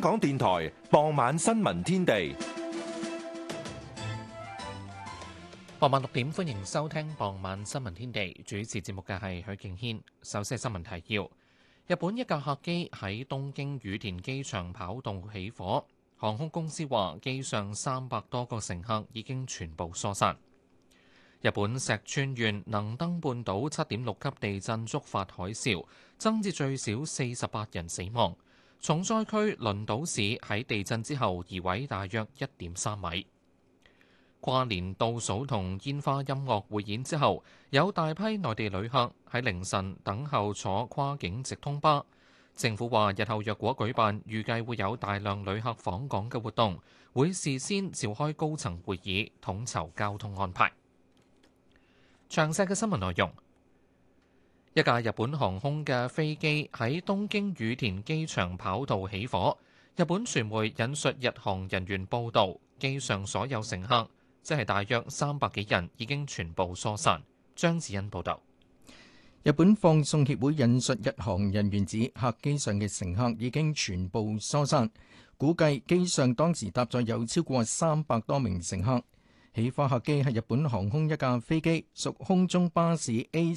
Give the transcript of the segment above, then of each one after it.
港電台傍晚新聞天地。 傍晚6點，歡迎收聽傍晚新聞天地。主持節目嘅係許敬軒。首先係新聞提要：日本一架客機喺東京羽田機場跑道起火，航空公司話機上300多個乘客已經全部疏散。日本石川縣能登半島7.6級地震觸發海嘯，增至最少48人死亡。重災區輪島市喺地震之後移位大約1.3米。跨年倒數同煙花音樂匯演之後，有大批內地旅客喺凌晨等候坐跨境直通巴。政府話，日後若果舉辦預計會有大量旅客訪港嘅活動，會事先召開高層會議，統籌交通安排。詳細嘅新聞內容。一架日本航空嘅飛機喺東京羽田機場跑道起火。日本傳媒引述日航人員報導，機上所有乘客，即係大約300幾人，已經全部疏散。張子欣報導。 日本放送協會引述日航人員指，客機上嘅乘客已經全部疏散，估計機上當時搭載有超過300多名乘客。起火客機係日本航空一架飛機，屬空中巴士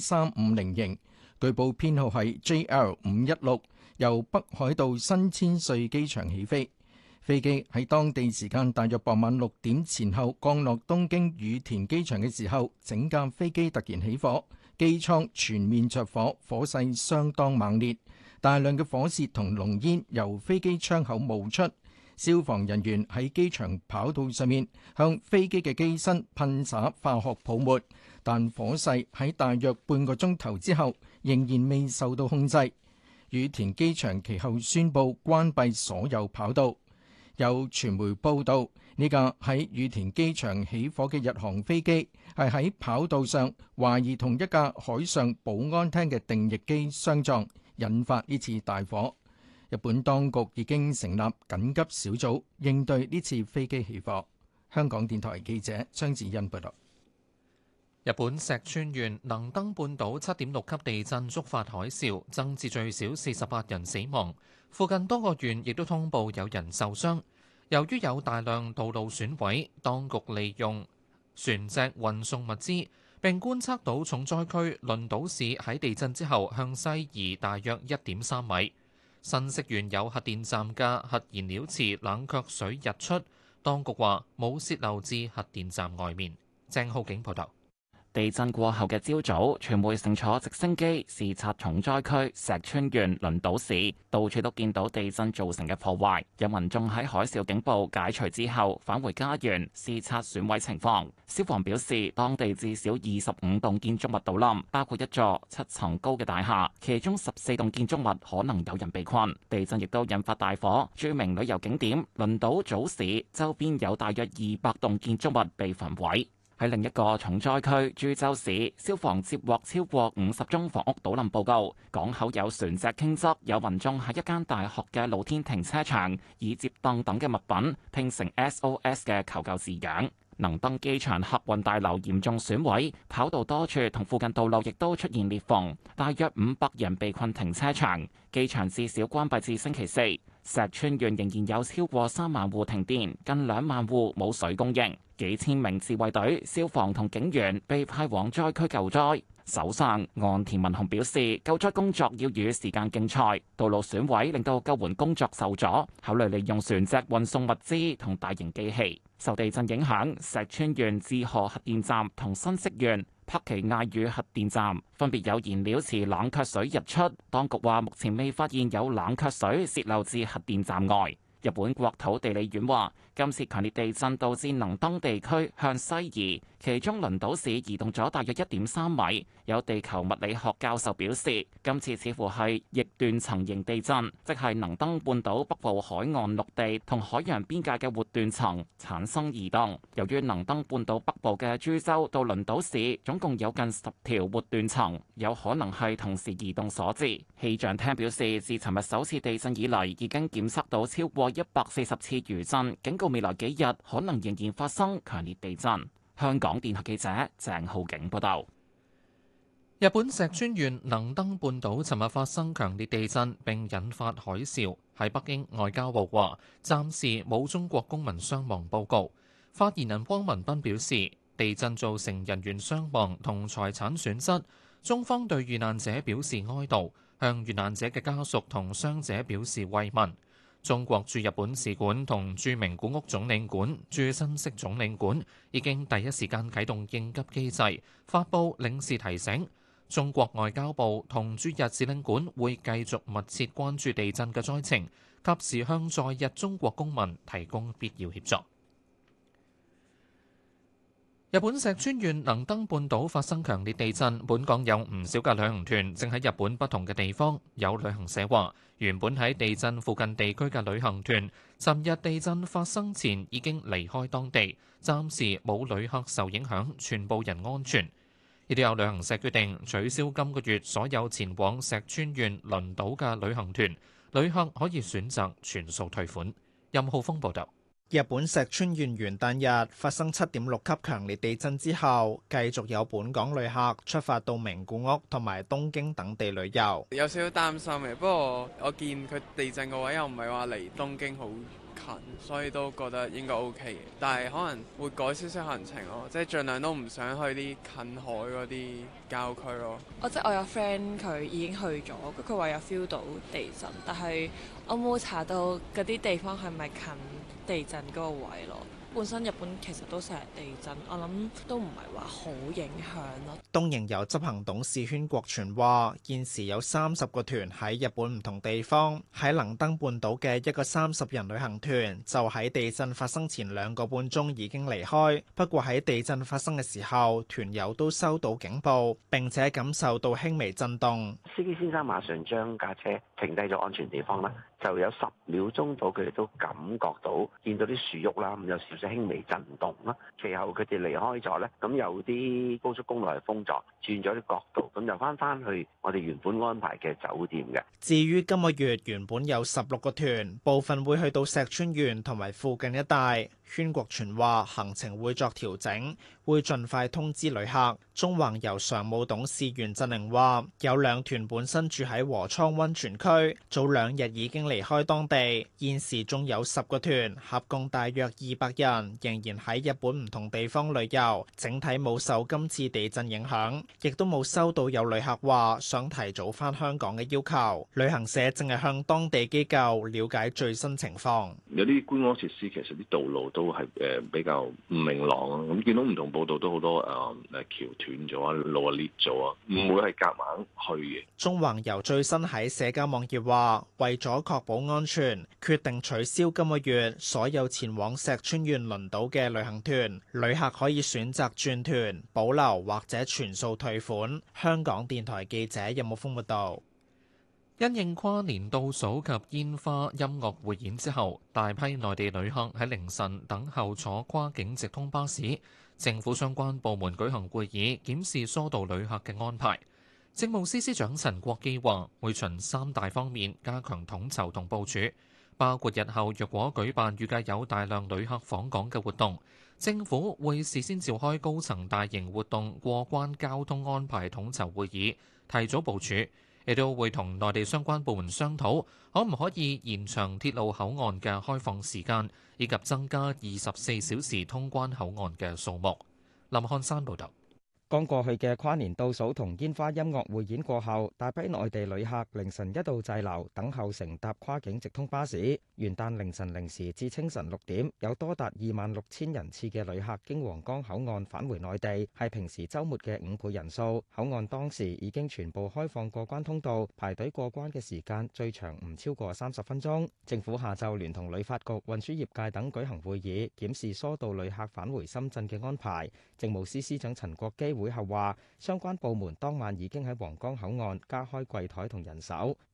A350 型，據報編號係 JL516，由北海道新千歲機場起飛。飛機喺當地時間大約傍晚6點前後降落東京羽田機場嘅時候，整架飛機突然起火，機艙全面着火，火勢相當猛烈，大量嘅火舌同濃煙由飛機窗口冒出。消防人員喺機場跑道上面向飛機嘅機身噴灑化學泡沫，但火勢喺大約半個鐘頭之後仍然未受到控制。羽田機場其後宣布關閉所有跑道。有傳媒報道，呢架喺羽田機場起火嘅日航飛機係喺跑道上懷疑同一架海上保安廳嘅定翼機相撞，引發呢次大火。日本當局已經成立緊急小組應對呢次飛機起火。香港電台記者張子欣報道。 日本石川縣能登半島7.6級地震觸發海嘯，增至最少48人死亡。附近多個縣亦都通報有人受傷。由於有大量道路損毀，當局利用船隻運送物資，並觀測到重災區輪島市喺地震之後向西移大約1.3米。新潟縣有核電站嘅核燃料池冷卻水溢出，當局話冇泄漏至核電站外面。鄭浩景報道。 地震過後嘅朝早，傳媒乘坐直升機視察重災區石川縣輪島市，到處都見到地震造成嘅破壞。有民眾喺海嘯警報解除之後返回家園視察損毀情況。消防表示，當地至少25棟建築物倒冧，包括一座7層高嘅大廈，其中14棟建築物可能有人被困。地震亦都引發大火，著名旅遊景點輪島早市周邊有大約200棟建築物被焚毀。喺另一個重災區珠洲市，消防接獲超過50宗房屋倒冧報告，港口有船隻傾側，有民眾喺一間大學嘅露天停車場以接凳等嘅物品拼成 SOS 嘅求救字樣。能登機場客運大樓嚴重損毀，跑道多處同附近道路亦都出現裂縫，大約500人被困停車場。機場至少關閉至星期四。石川縣仍然有超過3萬戶停電，近2萬戶冇水供應。幾千名自衛隊、消防同警員被派往災區救災。首相岸田文雄表示，救災工作要與時間競賽，道路損毀令到救援工作受阻，考慮利用船隻運送物資同大型機器。受地震影響，石川縣志賀核電站同新潟縣柏崎刈羽核電站分別有燃料池冷卻水溢出，當局話目前未發現有冷卻水洩漏至核電站外。日本國土地理院話，今次強烈地震導致能登地區向西移，其中輪島市移動咗大約1.3米。有地球物理學教授表示，今次似乎係逆斷層型地震，即係能登半島北部海岸陸地同海洋邊界嘅活斷層產生移動。由於能登半島北部嘅珠洲到輪島市總共有近10條活斷層，有可能係同時移動所致。氣象廳表示，自尋日首次地震以嚟，已經檢測到超過140次餘震，警告未來幾日可能仍然發生強烈地震。香港電台記者鄭浩景報道。 日本石川縣能登半島尋日發生強烈地震並引發海嘯。喺北京，外交部話暫時冇中國公民傷亡報告。發言人汪文斌表示，地震造成人員傷亡同財產損失，中方對遇難者表示哀悼，向遇難者嘅家屬同傷者表示慰問。中國駐日本使館同駐名古屋總領館、駐新潟總領館已經第一時間啟動應急機制，發布領事提醒。中國外交部同駐日使領館會繼續密切關注地震嘅災情，及時向在日中國公民提供必要協助。日本石川縣能登半島發生強烈地震，本港有唔少嘅旅行團正喺日本不同嘅地方。有旅行社話，原本喺地震附近地區嘅旅行團，尋日地震發生前已經離開當地，暫時冇旅客受影響，全部人安全。亦都有旅行社決定取消今個月所有前往石川縣輪島嘅旅行團，旅客可以選擇全數退款。任浩峰報導。 日本石川縣元旦日發生7.6級強烈地震之後，繼續有本港旅客出發到名古屋同埋東京等地旅遊。 有少少擔心嘅，不過我見佢地震個位又唔係話離東京好近，所以都覺得應該 OK 嘅。但係可能會改少少行程咯，即係盡量都唔想去啲近海嗰啲郊區咯。 即係我有 friend 佢已經去咗，佢話有 feel 到地震，但係我冇查到嗰啲地方係咪近地震嗰個位咯。本身日本其實都成日地震，我諗都唔係話好影響咯。 東瀛遊執行董事禤國全話，現時有30個團喺日本唔同地方。喺能登半島嘅一個30人旅行團就喺地震發生前2個半鐘已經離開。不過喺地震發生嘅時候，團友都收到警報，並且感受到輕微震動。 司機先生馬上將架車停低咗安全地方啦，就有10秒鐘到，佢哋都感覺到見到啲樹喐啦，咁有少少輕微震動啦。其後佢哋離開咗咧，咁有啲高速公路係封咗，轉咗啲角度，咁就翻去我哋原本安排嘅酒店嘅。 至於今個月原本有16個團，部分會去到石川縣同埋附近一帶。禤國全話行程會作調整，會盡快通知旅客。中橫遊常務董事袁振寧話，有2團本身住喺和倉溫泉區，早2日已經離開當地，現時仲有10個團，合共大約200人，仍然喺日本唔同地方旅遊，整體冇受今次地震影響，亦都冇收到有旅客話想提早返香港嘅要求。旅行社正係向當地機構了解最新情況。 有啲觀光設施其實啲道路都係比較唔明朗啊，咁見到唔同報道都好多橋斷咗啊，路啊裂咗啊，唔會係夾硬去嘅。 中橫遊最新喺社交網頁話，為咗確保安全，決定取消今個月所有前往石川縣輪島嘅旅行團，旅客可以選擇轉團、保留或者全數退款。香港電台記者任木峰報道。 因應跨年倒數及煙花音樂匯演之後，大批內地旅客喺凌晨等候坐跨境直通巴士。政府相關部門舉行會議，檢視疏導旅客嘅安排。政務司司長陳國基話，會循3大方面加強統籌同部署，包括日後若果舉辦預計有大量旅客訪港嘅活動，政府會事先召開高層大型活動過關交通安排統籌會議，提早部署。亦都會同內地相關部門商討，可唔可以延長鐵路口岸嘅開放時間，以及增加24小時通關口岸嘅數目。林漢山報導。 剛過去嘅跨年倒數同煙花音樂匯演過後，大批內地旅客凌晨一度滯留，等候乘搭跨境直通巴士。元旦凌晨0時至清晨6點，有多達26,000人次嘅旅客經皇崗口岸返回內地，係平時週末嘅5倍人數。口岸當時已經全部開放過關通道，排隊過關嘅時間最長唔超過30分鐘。政府下晝聯同旅發局、運輸業界等舉行會議，檢視疏導旅客返回深圳嘅安排。政務司司長陳國基會後話，相關部門當晚已經喺皇崗口岸加開櫃台同人手。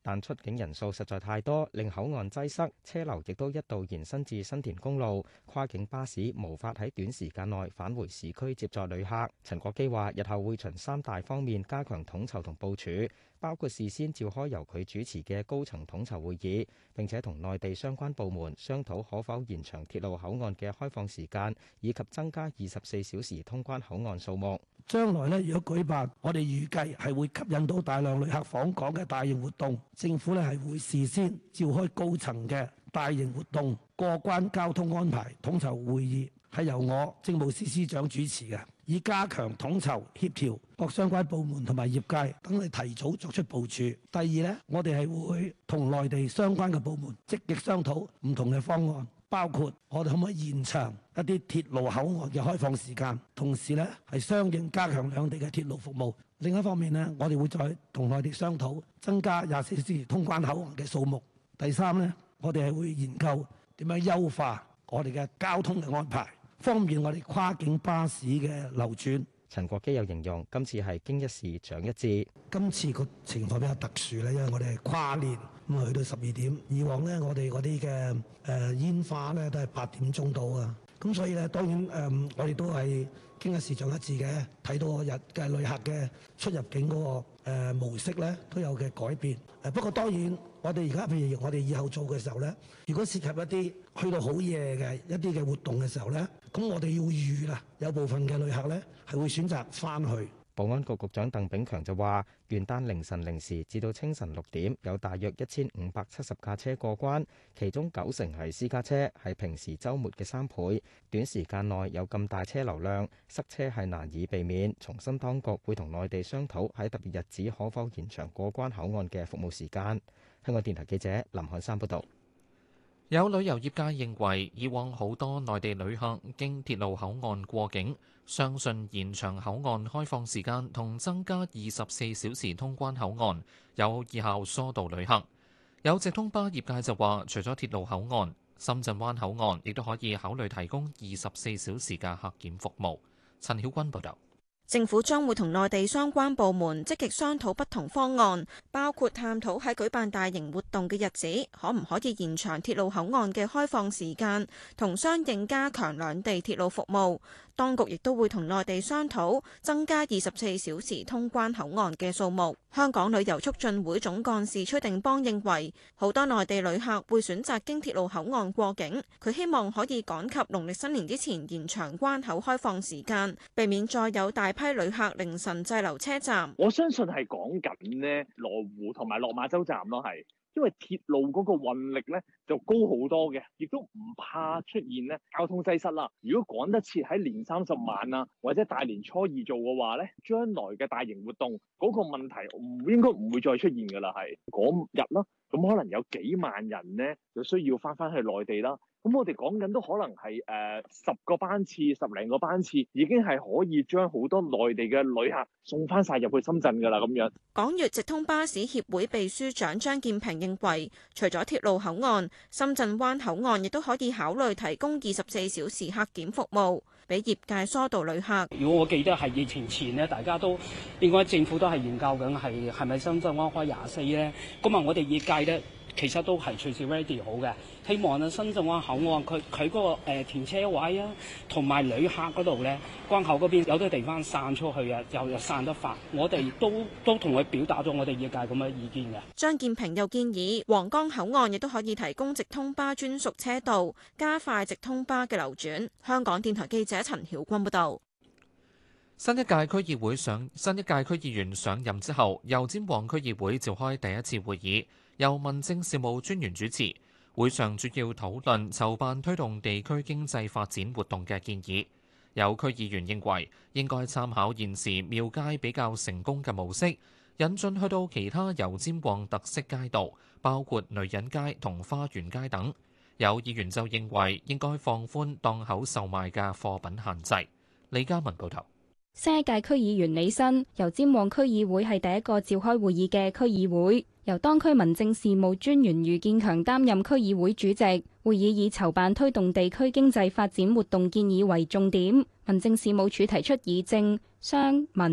但出境人數實在太多，令口岸擠塞，車流亦都一度延伸至新田公路，跨境巴士無法喺短時間內返回市區接載旅客。陳國基話：日後會循3大方面加強統籌同部署，包括事先召開由佢主持嘅高層統籌會議，並且同內地相關部門商討可否延長鐵路口岸嘅開放時間，以及增加24小時通關口岸數目。 將來呢，如果舉辦，我哋預計係會吸引到大量旅客訪港嘅大型活動，政府呢係會事先召開高層嘅大型活動過關交通安排統籌會議，係由我政務司司長主持嘅，以加強統籌協調各相關部門同埋業界，等你提早作出部署。第二呢，我哋係會同內地相關嘅部門積極商討唔同嘅方案。包括我哋可唔可以延長一啲鐵路口岸嘅開放時間，同時呢係相應加強兩地嘅鐵路服務。另一方面呢，我哋會再同內地商討增加24小時通關口岸嘅數目。第三呢，我哋係會研究點樣優化我哋嘅交通嘅安排，方便我哋跨境巴士嘅流轉。 陳國基又形容今次係經一事長一智。 今次個情況比較特殊咧，因為我哋係跨年咁去到12點，以往呢，我哋嗰啲嘅煙花呢都係8點鐘到啊。咁所以呢，當然我哋都係經一事長一智嘅，睇到日嘅旅客嘅出入境嗰個模式呢都有嘅改變。不過當然，我哋而家譬如我哋以後做嘅時候呢，如果涉及一啲去到好夜嘅一啲嘅活動嘅時候呢，咁我哋要預啦，有部分嘅旅客呢係會選擇翻去。 保安局局長鄧炳強就話：元旦凌晨0時至到清晨6點，有大約1570架車過關，其中90%係私家車，係平時週末嘅3倍。短時間內有咁大車流量，塞車係難以避免。重申當局會同內地商討喺特別日子可否延長過關口岸嘅服務時間。香港電台記者林漢山報導。 有旅遊業界認為，以往好多內地旅客經鐵路口岸過境，相信延長口岸開放時間同增加24小時通關口岸有效疏導旅客。有直通巴業界就話，除咗鐵路口岸，深圳灣口岸亦都可以考慮提供24小時嘅客檢服務。陳曉君報導。 政府將會同內地相關部門積極商討不同方案，包括探討喺舉辦大型活動嘅日子，可唔可以延長鐵路口岸嘅開放時間，同相應加強兩地鐵路服務。當局亦都會同內地商討增加24小時通關口岸嘅數目。香港旅遊促進會總幹事崔定邦認為，好多內地旅客會選擇經鐵路口岸過境，佢希望可以趕及農曆新年之前延長關口開放時間，避免再有大批旅客凌晨滯留車站。 我相信係講緊呢羅湖同埋落馬洲站咯，係。因為鐵路嗰個運力咧就高好多嘅，亦都唔怕出現咧交通擠塞啦。如果趕得切喺年30晚啊，或者大年初2做嘅話咧，將來嘅大型活動嗰個問題應該唔會再出現㗎啦。係嗰日啦，咁可能有幾萬人咧就需要翻去內地啦。咁我哋講緊都可能係10個班次、10零個班次，已經係可以將好多內地嘅旅客送翻晒入去深圳㗎啦。咁樣， 港粵直通巴士協會秘書長張建平認為，除咗鐵路口岸，深圳灣口岸亦都可以考慮提供24小時客檢服務，俾業界疏導旅客。 如果我記得係疫情前呢，大家都應該政府都係研究緊係咪深圳灣開24咧。咁啊，我哋業界咧其實都係隨時 ready 好嘅。希望啊，深圳灣口岸佢嗰個停車位啊，同埋旅客嗰度咧，關口嗰邊有啲地方散出去啊，又散得快。我哋都同佢表達咗我哋業界咁嘅意見嘅。 張建平又建議皇崗口岸亦都可以提供直通巴專屬車道，加快直通巴嘅流轉。香港電台記者陳曉君報導。 新一屆區議員上任之後，油尖旺區議會召開第一次會議，由民政事務專員主持。會上主要討論籌辦推動地區經濟發展活動嘅建議。有區議員認為應該參考現時廟街比較成功嘅模式，引進去到其他油尖旺特色街道，包括女人街同花園街等。有議員就認為應該放寬檔口售賣嘅貨品限制。李嘉文報導。 新一屆區議員履新，油尖旺區議會係第一個召開會議嘅區議會，由當區民政事務專員余建強擔任區議會主席。會議以籌辦推動地區經濟發展活動建議為重點。民政事務處提出以政、商、民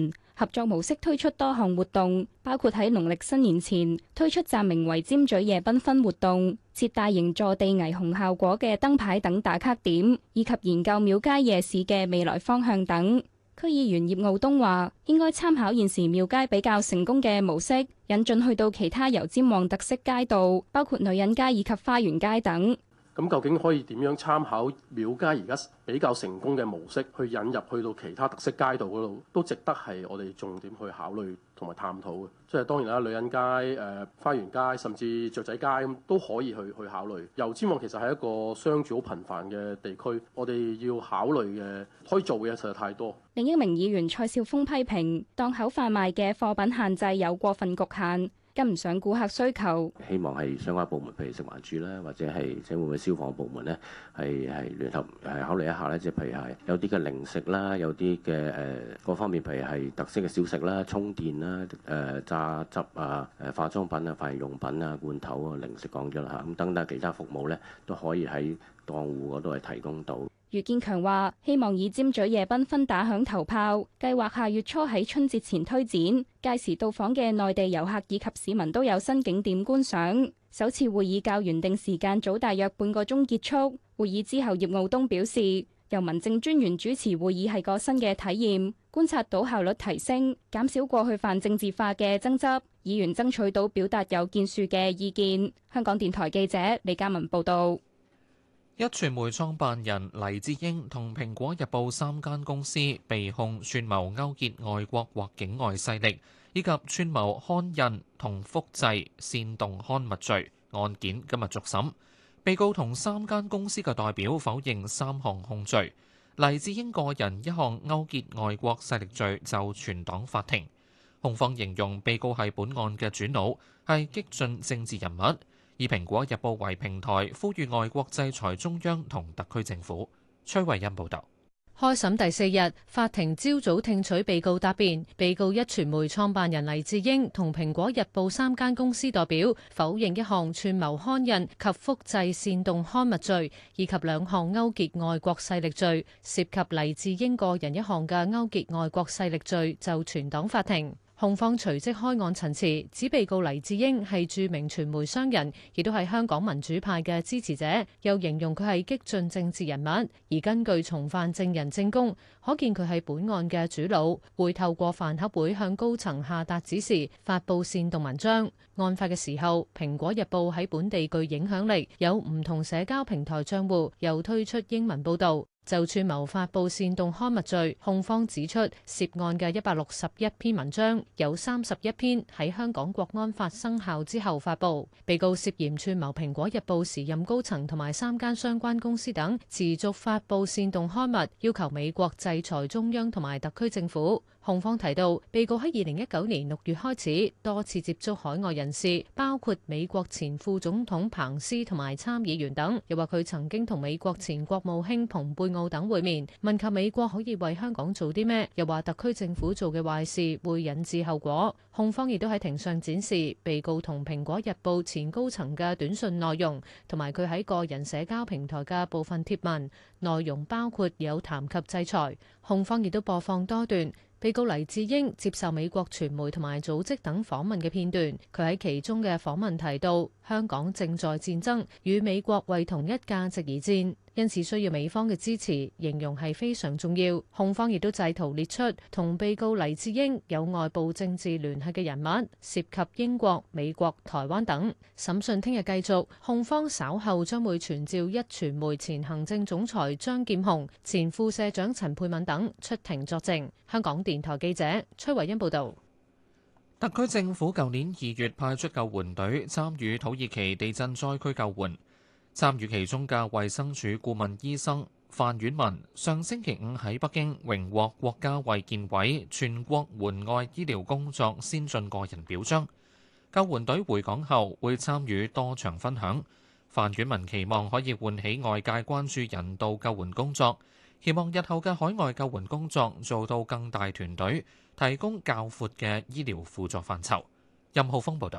合作模式推出多項活動，包括喺農曆新年前推出暫名為尖咀夜繽紛活動，設大型坐地霓虹效果嘅燈牌等打卡點，以及研究廟街夜市嘅未來方向等。區議員葉傲東話：應該參考現時廟街比較成功嘅模式，引進去到其他油尖旺特色街道，包括女人街以及花園街等。 咁究竟可以點樣參考廟街而家比較成功嘅模式，去引入去到其他特色街道嗰度，都值得係我哋重點去考慮同埋探討嘅。即係當然啦，女人街、花園街，甚至雀仔街咁都可以去考慮。油尖旺其實係一個商住好頻繁嘅地區，我哋要考慮嘅可以做嘅嘢實在太多。 另一名議員蔡少峰批評檔口販賣嘅貨品限制有過分局限，跟唔上顧客需求， 希望係相關部門，譬如食環署啦，或者係即係會唔會消防部門咧，係聯合考慮一下咧，即係譬如係有啲嘅零食啦，有啲嘅各方面，譬如係特色嘅小食啦、充電啦、榨汁啊、化妝品啊、髮型用品啊、罐頭啊、零食講咗啦嚇，咁等等其他服務咧都可以喺檔戶嗰度係提供到。 余建強話：希望以尖咀夜繽紛打響頭炮，計劃下月初喺春節前推展，屆時到訪嘅內地遊客以及市民都有新景點觀賞。首次會議較原定時間早大約半個鐘結束。會議之後，葉傲東表示，由民政專員主持會議係個新嘅體驗，觀察到效率提升，減少過去泛政治化嘅爭執，議員爭取到表達有建樹嘅意見。香港電台記者李嘉文報道。 壹傳媒創辦人黎智英同蘋果日報3間公司被控串謀勾結外國或境外勢力，以及串謀刊印同複製煽動刊物罪，案件今日續審。被告同3間公司嘅代表否認3項控罪，黎智英個人一項勾結外國勢力罪就存檔法庭。控方形容被告係本案嘅主腦，係激進政治人物。以蘋果日報為平台，呼籲外國制裁中央同特區政府。崔慧欣報道。 開審第4日，法庭朝早聽取被告答辯。被告壹傳媒創辦人黎智英同蘋果日報3間公司代表否認一項串謀刊印及複製煽動刊物罪，以及2項勾結外國勢力罪。涉及黎智英個人一項嘅勾結外國勢力罪就存檔法庭。控方隨即開案陳詞，指被告黎智英係著名傳媒商人，亦都係香港民主派嘅支持者，又形容佢係激進政治人物。而根據從犯證人證供，可見佢係本案嘅主腦，會透過飯盒會向高層下達指示，發布煽動文章。案發嘅時候，蘋果日報喺本地具影響力，有唔同社交平台賬戶，又推出英文報導。就串謀發布煽動刊物罪，控方指出涉案嘅161篇文章，有31篇喺香港國安法生效之後發布。被告涉嫌串謀蘋果日報時任高層同埋3間相關公司等，持續發布煽動刊物，要求美國制裁中央同埋特區政府。控方提到，被告喺2019年6月開始多次接觸海外人士，包括美國前副總統彭斯同埋參議員等。又話佢曾經同美國前國務卿蓬佩奧等會面，問及美國可以為香港做啲咩。又話特區政府做嘅壞事會引致後果。控方亦都喺庭上展示被告同蘋果日報前高層嘅短訊內容，同埋佢喺個人社交平台嘅部分貼文，內容包括有談及制裁。控方亦都播放多段被告黎智英接受美國傳媒同埋組織等訪問嘅片段，佢喺其中嘅訪問提到，香港正在戰爭，與美國為同一價值而戰，因此需要美方嘅支持，形容係非常重要。控方亦都製圖列出同被告黎智英有外部政治聯繫嘅人物，涉及英國、美國、台灣等。審訊聽日繼續，控方稍後將會傳召壹傳媒前行政總裁張劍虹、前副社長陳沛敏等出庭作證。香港電台記者崔慧欣報道。 特區政府舊年2月派出救援隊參與土耳其地震災區救援，參與其中嘅衛生署顧問醫生范婉文，上星期5喺北京榮獲國家衛健委全國援外醫療工作先進個人表彰。救援隊回港後會參與多場分享。范婉文期望可以喚起外界關注人道救援工作，期望日後嘅海外救援工作做到更大團隊，提供較闊嘅醫療輔助範疇。任浩峰報導。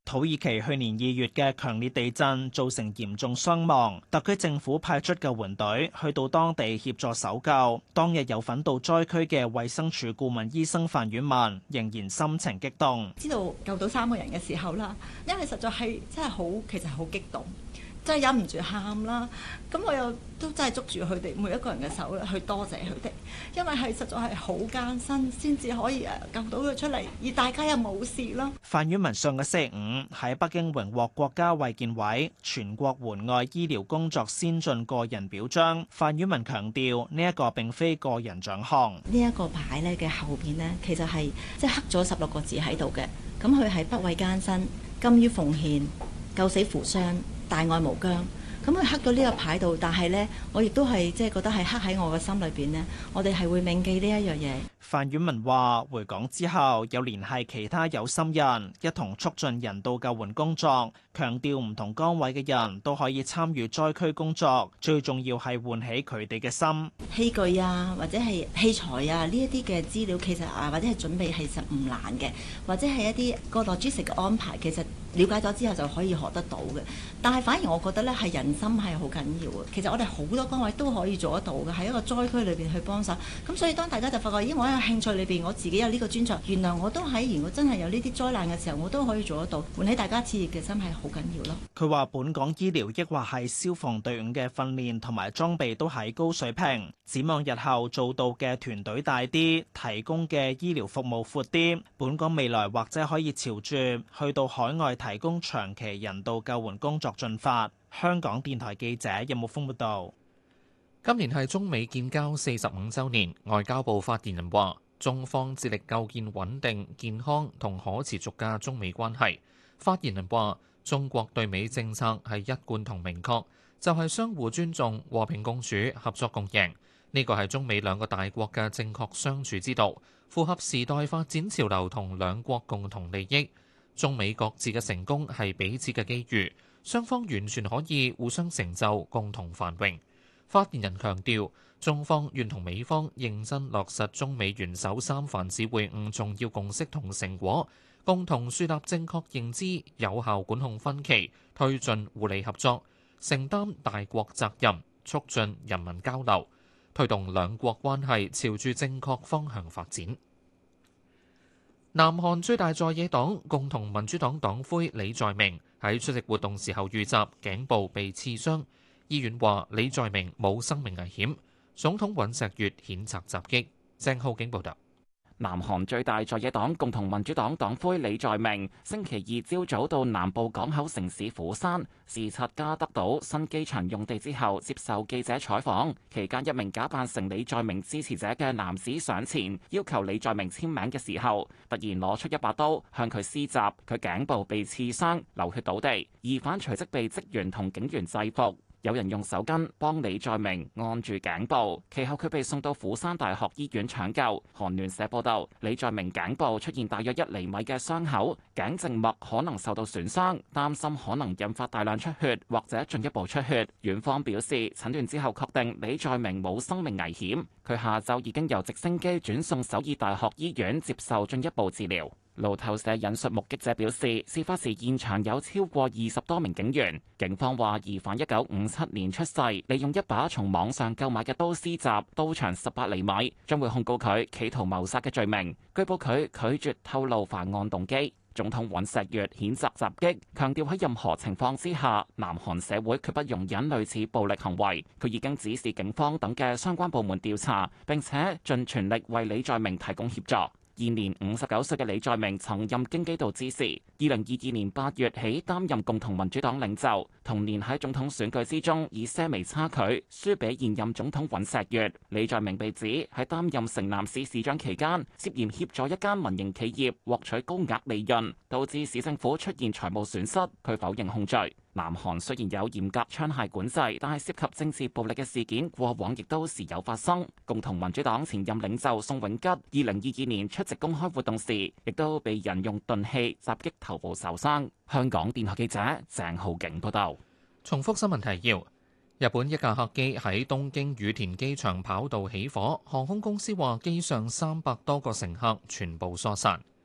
土耳其去年2月嘅強烈地震造成嚴重傷亡，特區政府派出救援隊去到當地協助搜救。當日有份到災區嘅衛生署顧問醫生范婉文仍然心情激動， 知道救到3個人嘅時候啦，因為實在係真係好，其實好激動。真係忍唔住喊啦！咁我又都真係捉住佢哋每一個人嘅手去多謝佢哋，因為係實在係好艱辛先至可以救到佢出嚟，而大家又冇事啦。 范婉文上個星期五喺北京榮獲國家衛健委全國援外醫療工作先進個人表彰。范婉文強調呢一個並非個人獎項。 呢一個牌咧嘅後邊呢，其實係即係刻咗16個字喺度嘅。咁佢係不畏艱辛、甘於奉獻、救死扶傷、大愛無疆，咁佢刻咗呢個牌度，但係呢，我亦都係即係覺得係刻喺我嘅心裏邊呢，我哋係會銘記呢一樣嘢。 范婉文話：回港之後有聯繫其他有心人，一同促進人道救援工作，強調唔同崗位嘅人都可以參與災區工作，最重要係喚起佢哋嘅心。 器具啊，或者係器材啊，呢一啲嘅資料其實或者係準備其實唔難嘅，或者係一啲個 logistic 嘅安排，其實了解咗之後就可以學得到嘅。但係反而我覺得咧係人心係好緊要嘅。其實我哋好多崗位都可以做得到嘅，喺一個災區裏邊去幫手。咁所以當大家就發覺，咦，我喺興趣裏邊我自己有呢個專長，原來我都喺如果真係有呢啲災難嘅時候，我都可以做得到，喚起大家熾熱嘅心係好緊要咯。 佢話：本港醫療抑或係消防隊伍嘅訓練同埋裝備都喺高水平，展望日後做到嘅團隊大啲，提供嘅醫療服務闊啲，本港未來或者可以朝住去到海外提供長期人道救援工作進發。香港電台記者任木峰報道。 今年係中美建交45週年，外交部發言人話：中方致力構建穩定、健康同可持續嘅中美關係。發言人話：中國對美政策係一貫同明確，就係相互尊重、和平共處、合作共贏。呢個係中美兩個大國嘅正確相處之道，符合時代發展潮流同兩國共同利益。中美各自嘅成功係彼此嘅機遇，雙方完全可以互相成就，共同繁榮。發言人強調，中方願同美方認真落實中美元首三藩市會晤重要共識同成果，共同樹立正確認知，有效管控分歧，推進互利合作，承擔大國責任，促進人民交流，推動兩國關係朝住正確方向發展。南韓最大在野黨共同民主黨黨魁李在明喺出席活動時候遇襲，頸部被刺傷。醫院話李在明冇生命危險。總統尹錫悅譴責襲擊。鄭浩景報道。 南韓最大在野黨共同民主黨黨魁李在明星期二朝早到南部港口城市釜山視察加德島新機場用地之後，接受記者採訪期間，一名假扮成李在明支持者嘅男子上前要求李在明簽名嘅時候，突然攞出一把刀向佢施襲，佢頸部被刺傷，流血倒地，疑犯隨即被職員同警員制服。有人用手巾幫李在明按住頸部，其後佢被送到釜山大學醫院搶救。韓聯社報道，李在明頸部出現大約1厘米嘅傷口，頸靜脈可能受到損傷，擔心可能引發大量出血或者進一步出血。院方表示，診斷之後確定李在明冇生命危險，佢下晝已經由直升機轉送首爾大學醫院接受進一步治療。路透社引述目擊者表示，事發時現場有超過20多名警員。警方話，疑犯1957年出世，利用一把從網上購買嘅刀施襲，刀長18厘米，將會控告佢企圖謀殺嘅罪名。據報佢拒絕透露犯案動機。總統尹錫悅譴責襲擊，強調喺任何情況之下，南韓社會決不容忍類似暴力行為。佢已經指示警方等嘅相關部門調查，並且盡全力為李在明提供協助。現年59歲嘅李在明曾任京畿道知事，2022年8月起擔任共同民主黨領袖。同年喺總統選舉之中以些微差距輸俾現任總統尹錫悅。李在明被指喺擔任城南市市長期間，涉嫌協助一間民營企業獲取高額利潤，導致市政府出現財務損失。佢否認控罪。南韓雖然有嚴格槍械管制，但係涉及政治暴力嘅事件過往亦都時有發生。共同民主黨前任領袖宋永吉2022年出席公開活動時，亦都被人用鈍器襲擊頭部受傷。香港電台記者鄭浩景報道。 重複新聞提要：日本一架客機喺東京羽田機場跑道起火，航空公司話機上300多個乘客全部疏散。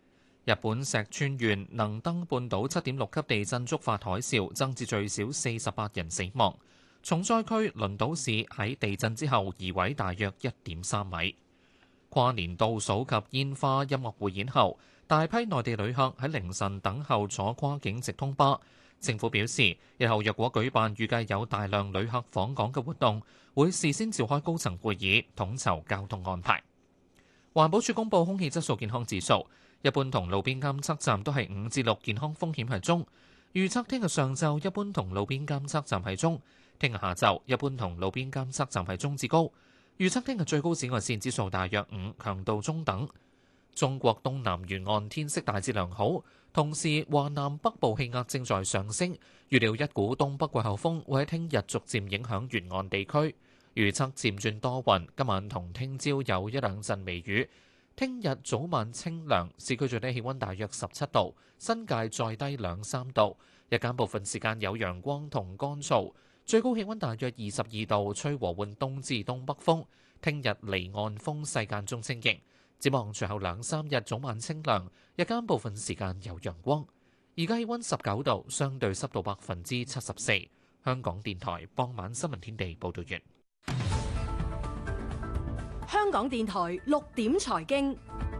日本石川縣能登半島7.6級地震觸發海嘯，增至最少48人死亡。重災區輪島市喺地震之後移位大約1.3米。跨年倒數及煙花音樂匯演後，大批內地旅客喺凌晨等候坐跨境直通巴。政府表示，日後若果舉辦預計有大量旅客訪港嘅活動，會事先召開高層會議，統籌交通安排。環保署公布空氣質素健康指數，一般同路邊監測站都係5至6，健康風險係中。預測聽日上晝一般同路邊監測站係中，聽日下晝一般同路邊監測站係中至高。預測聽日最高紫外線指數大約5，強度中等。中國東南沿岸天色大致良好，同時華南北部氣壓正在上升，預料一股東北季候風會喺聽日逐漸影響沿岸地區。預測漸轉多雲，今晚同聽朝有一兩陣微雨。聽日早晚清涼，市區最低氣溫大約17度，新界再低2-3度。日間部分時間有陽光同乾燥，最高氣溫大約22度，吹和緩東至東北風。聽日離岸風勢間中清勁。展望隨後2-3日早晚清涼，日間部分時間有陽光。而家氣溫19度，相對濕度74%。香港電台傍晚新聞天地報道完。 香港電台6點財經，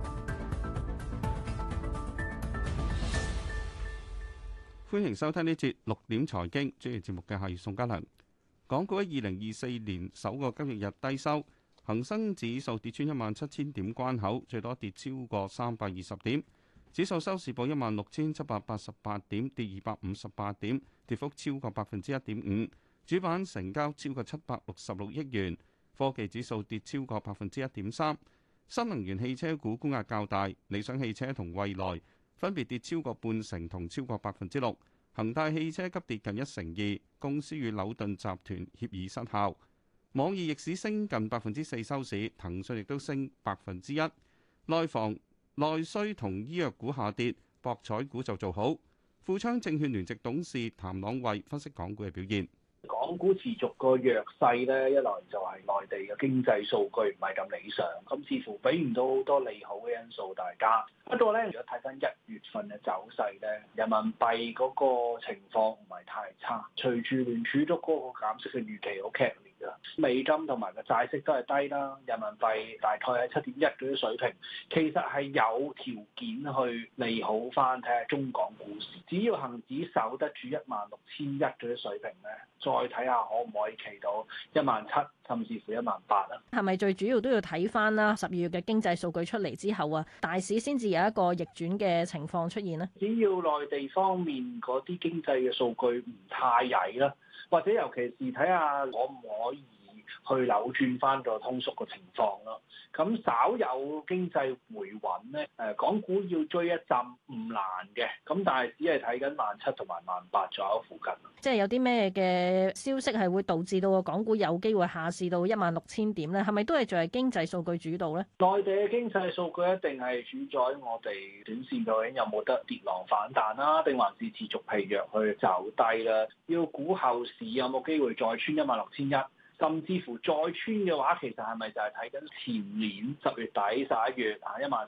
歡迎收聽呢節6點財經。主持節目嘅係宋家良。港股喺2024年首個交易日低收，恒生指數跌穿17000點關口，最多跌超過320點。指數收市報16788點，跌258點，跌幅超過1.5%。主板成交超過766億元。科技指數跌超過1.3%，新能源汽車股沽壓較大，理想汽車同蔚來分別跌超過半成同超過6%，恒大汽車急跌近1.2%，公司與紐頓集團協議失效。網易逆市升近4%收市，騰訊亦都升1%。內房、內需同醫藥股下跌，博彩股就做好。富昌證券聯席董事譚朗慧分析港股嘅表現。 港股持續個弱勢咧，一來就係內地嘅經濟數據唔係咁理想，咁似乎俾唔到好多利好嘅因素大家。不過咧，如果睇翻1月份嘅走勢咧，人民幣嗰個情況唔係太差，隨住聯儲局嗰個減息嘅預期好劇烈啊，美金同埋個債息都係低啦，人民幣大概喺7.1嗰啲水平，其實係有條件去利好翻睇下中港股市。只要恒指守得住16100嗰啲水平咧，再睇下可唔可以企到17000，甚至乎18000啊？ 係咪最主要都要睇翻啦？12月嘅經濟數據出嚟之後啊，大市先至有一個逆轉嘅情況出現呢？ 只要內地方面嗰啲經濟嘅數據唔太曳啦，或者尤其是睇下可唔可以去扭轉翻個通縮嘅情況咯。咁稍有經濟回穩咧，港股要追一陣唔難嘅，咁但係只係睇緊17000同埋18000左右附近。 即係有啲咩嘅消息係會導致到個港股有機會下試到16000點咧？係咪都係仲係經濟數據主導咧？ 內地嘅經濟數據一定係主宰我哋短線究竟有冇得跌浪反彈啦，定還是持續疲弱去走低啦？要估後市有冇機會再穿16100？甚至乎再穿嘅話，其實係咪就係睇緊前年10月底11月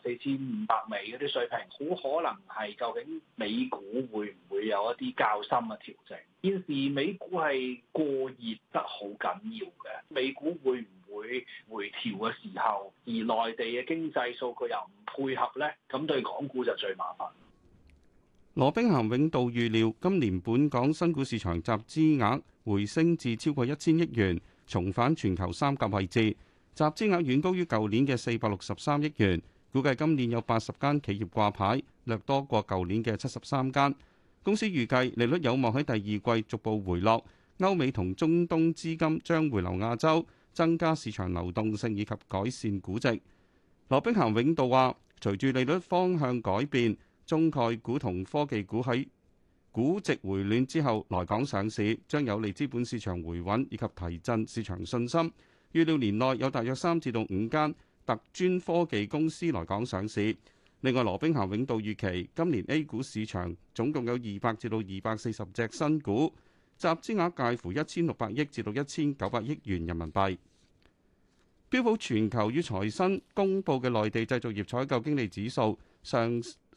14500尾嗰啲水平？好可能係究竟美股會唔會有一啲較深嘅調整？現時美股係過熱得好緊要嘅，美股會唔會回調嘅時候，而內地嘅經濟數據又唔配合呢？咁對港股就最麻煩。 羅兵咸永道預料今年本港新股市場集資額回升至超過1000億元，重返全球3甲位置，集資額遠高於舊年嘅463億元。估計今年有80間企業掛牌，略多過舊年嘅73間。公司預計利率有望喺第二季逐步回落，歐美同中東資金將回流亞洲，增加市場流動性以及改善估值。羅兵咸永道話，隨住利率方向改變，中概股同科技股喺估值回暖之後來港上市，將有利資本市場回穩以及提振市場信心。預料年內有大約3至5間特專科技公司來港上市。另外，羅兵咸永道預期今年 A 股市場總共有200至240隻新股，集資額介乎1600億至1900億元人民幣。標普全球與財新公佈嘅內地製造業採購經理指數上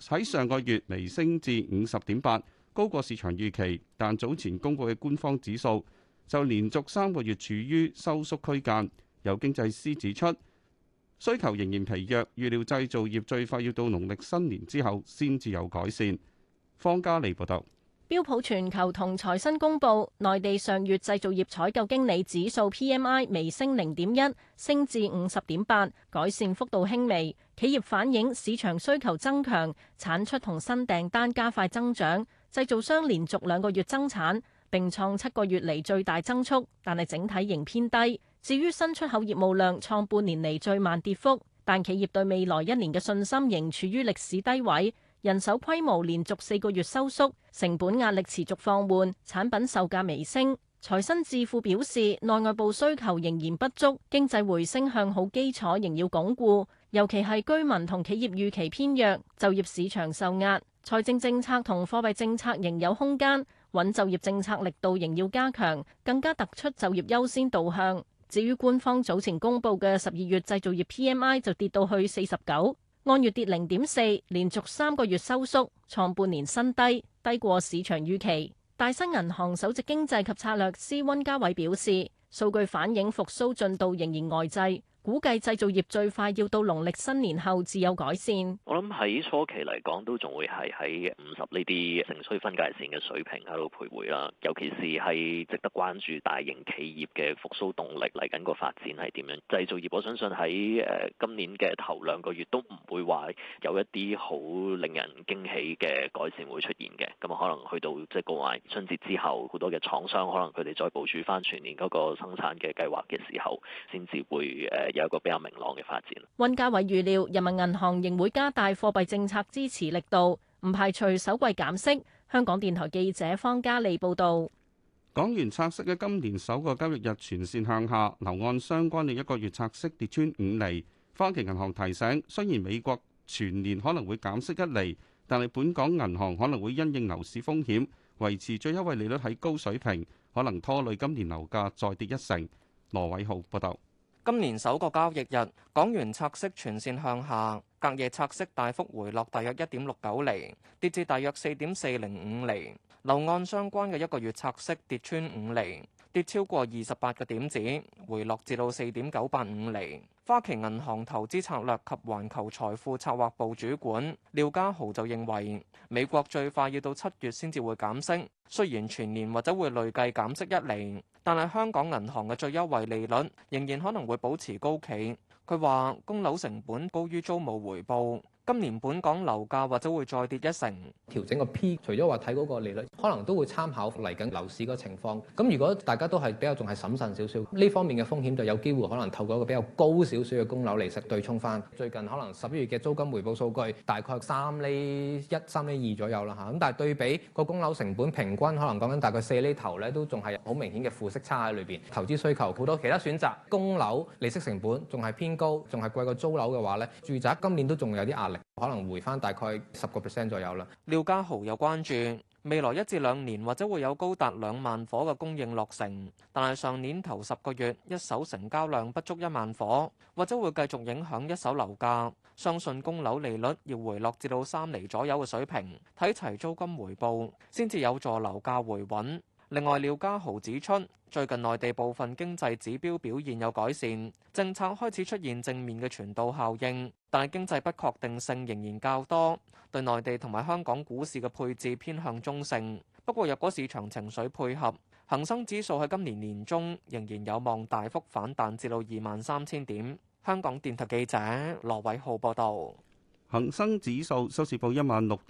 喺上個月微升至50.8，高過市場預期，但早前公佈嘅官方指數就連續3個月處於收縮區間。有經濟師指出，需求仍然疲弱，預料製造業最快要到農曆新年之後先至有改善。方嘉利報導。 標普全球同財新公布，內地上月製造業採購經理指數 PMI 微升0.1，升至50.8，改善幅度輕微。企業反映市場需求增強，產出同新訂單加快增長。製造商連續2個月增產，並創7個月嚟最大增速，但係整體仍偏低。至於新出口業務量創半年嚟最慢跌幅，但企業對未來1年嘅信心仍處於歷史低位。人手規模連續4個月收縮，成本壓力持續放緩，產品售價微升。財新智庫表示，內外部需求仍然不足，經濟回升向好基礎仍要鞏固，尤其係居民同企業預期偏弱，就業市場受壓，財政政策同貨幣政策仍有空間，穩就業政策力度仍要加強，更加突出就業優先導向。至於官方早前公布嘅12月製造業 PMI 就跌到去49。按月跌0.4，連續3個月收縮，創半年新低，低過市場預期。大新銀行首席經濟及策略師溫家偉表示，數據反映復甦進度仍然呆滯。估計製造業最快要到農曆新年後至有改善。 我諗喺初期嚟講，都仲會係喺50呢啲盛衰分界線嘅水平喺度徘徊啦。尤其是係值得關注大型企業嘅復甦動力嚟緊個發展係點樣。製造業我相信喺今年嘅頭2個月都唔會話有一啲好令人驚喜嘅改善會出現嘅。咁可能去到即係過埋春節之後，好多嘅廠商可能佢哋再部署翻全年嗰個生產嘅計劃嘅時候，先至會有一個比較明朗嘅發展。 溫家偉預料，人民銀行仍會加大貨幣政策支持力度，唔排除首季減息。香港電台記者方嘉利報導。 港元拆息嘅今年首個交易日全線向下，樓按相關嘅1個月拆息跌穿5厘。花旗銀行提醒，雖然美國全年可能會減息1厘，但係本港銀行可能會因應樓市風險，維持最優惠利率喺高水平，可能拖累今年樓價再跌1成。羅偉浩報導。 今年首個交易日，港元拆息全線向下，隔夜拆息大幅回落，大約1.69厘，跌至大約4.405厘。樓按相關嘅1個月拆息跌穿5厘，跌超過28個點子，回落至到4.985厘。花旗銀行投資策略及環球財富策劃部主管廖家豪就認為，美國最快要到7月先至會減息，雖然全年或者會累計減息1厘，但係香港銀行嘅最優惠利率仍然可能會保持高企。佢話供樓成本高於租務回報，今年本港樓價或者會再跌1成。 調整個 P， 除咗話睇嗰個利率，可能都會參考嚟緊樓市個情況。咁如果大家都係比較仲係審慎少少，呢方面嘅風險就有機會可能透過一個比較高少少嘅供樓利息對沖翻。最近可能11月嘅租金回報數據大概3厘1、3厘2左右啦嚇。咁但係對比個供樓成本平均可能講緊大概4厘頭咧，都仲係好明顯嘅負息差喺裏邊。投資需求好多其他選擇，供樓利息成本仲係偏高，仲係貴過租樓嘅話咧，住宅今年都仲有啲壓力，可能回翻大概10% 左右啦。 廖家豪有關注未來1至2年或者會有高達2萬伙嘅供應落成，但係上年頭10個月一手成交量不足1萬伙，或者會繼續影響一手樓價。相信供樓利率要回落至到3厘左右嘅水平，睇齊租金回報，先至有助樓價回穩。另外，廖家豪指出，最近內地部分經濟指標表現有改善，政策開始出現正面嘅傳導效應，但係經濟不確定性仍然較多，對內地同埋香港股市嘅配置偏向中性。不過，若果市場情緒配合，恒生指數喺今年年中仍然有望大幅反彈至到23,000點。香港電台記者羅偉浩報道。 恒生指數收市報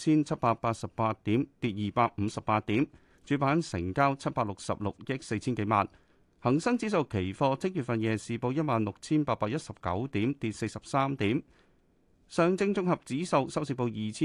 16,788點，跌258點。主板成交766億4千幾萬，恒生指數期貨即月份夜市報16,819點，跌43點。上證綜合指數收市報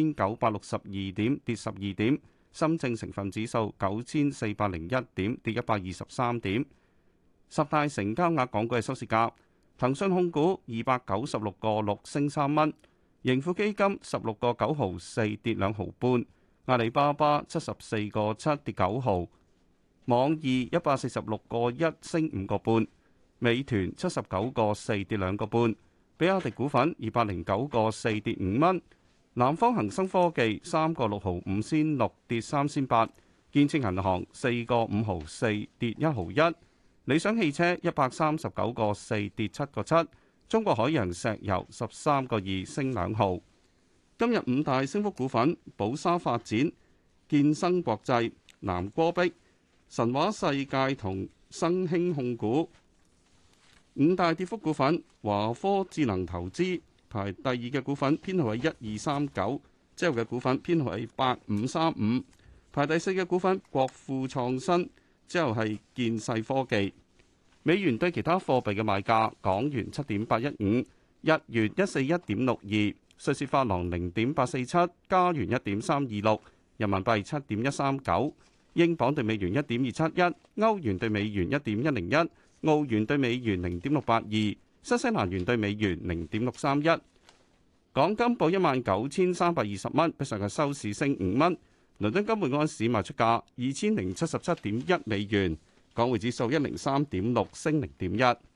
2,962點，跌12點。深證成分指數9,401點，跌123點。十大成交額港股嘅收市價：騰訊控股296個6升3蚊，盈富基金16個9毫4跌2毫半。阿里巴巴74個7跌9毫，網易146個1升5個半，美團79個4跌2個半，比亞迪股份209個4跌5蚊， 南方恒生科技3個6毫5仙6跌3仙8，建設銀行4個5毫4跌1毫1，理想汽車139個4跌7個7，中國海洋石油13個2升2毫。今日5大升幅股份：寶沙發展、建生國際、南戈壁、神話世界同生興控股。5大跌幅股份：華科智能投資。排第二嘅股份編號係1239，之後嘅股份編號係8535。排第四嘅股份國富創新，之後係建世科技。美元對其他貨幣嘅賣價：港元7.815，日元141.62，瑞士法郎0.847，加元1.326，人民幣7.139，英鎊對美元1.271，歐元對美元1.101，澳元對美元0.682。新西蘭元對美元0.631，港金報19,320蚊，比上日收市升5蚊。倫敦金每安士賣出價2077.1美元，港匯指數103.6升0.1。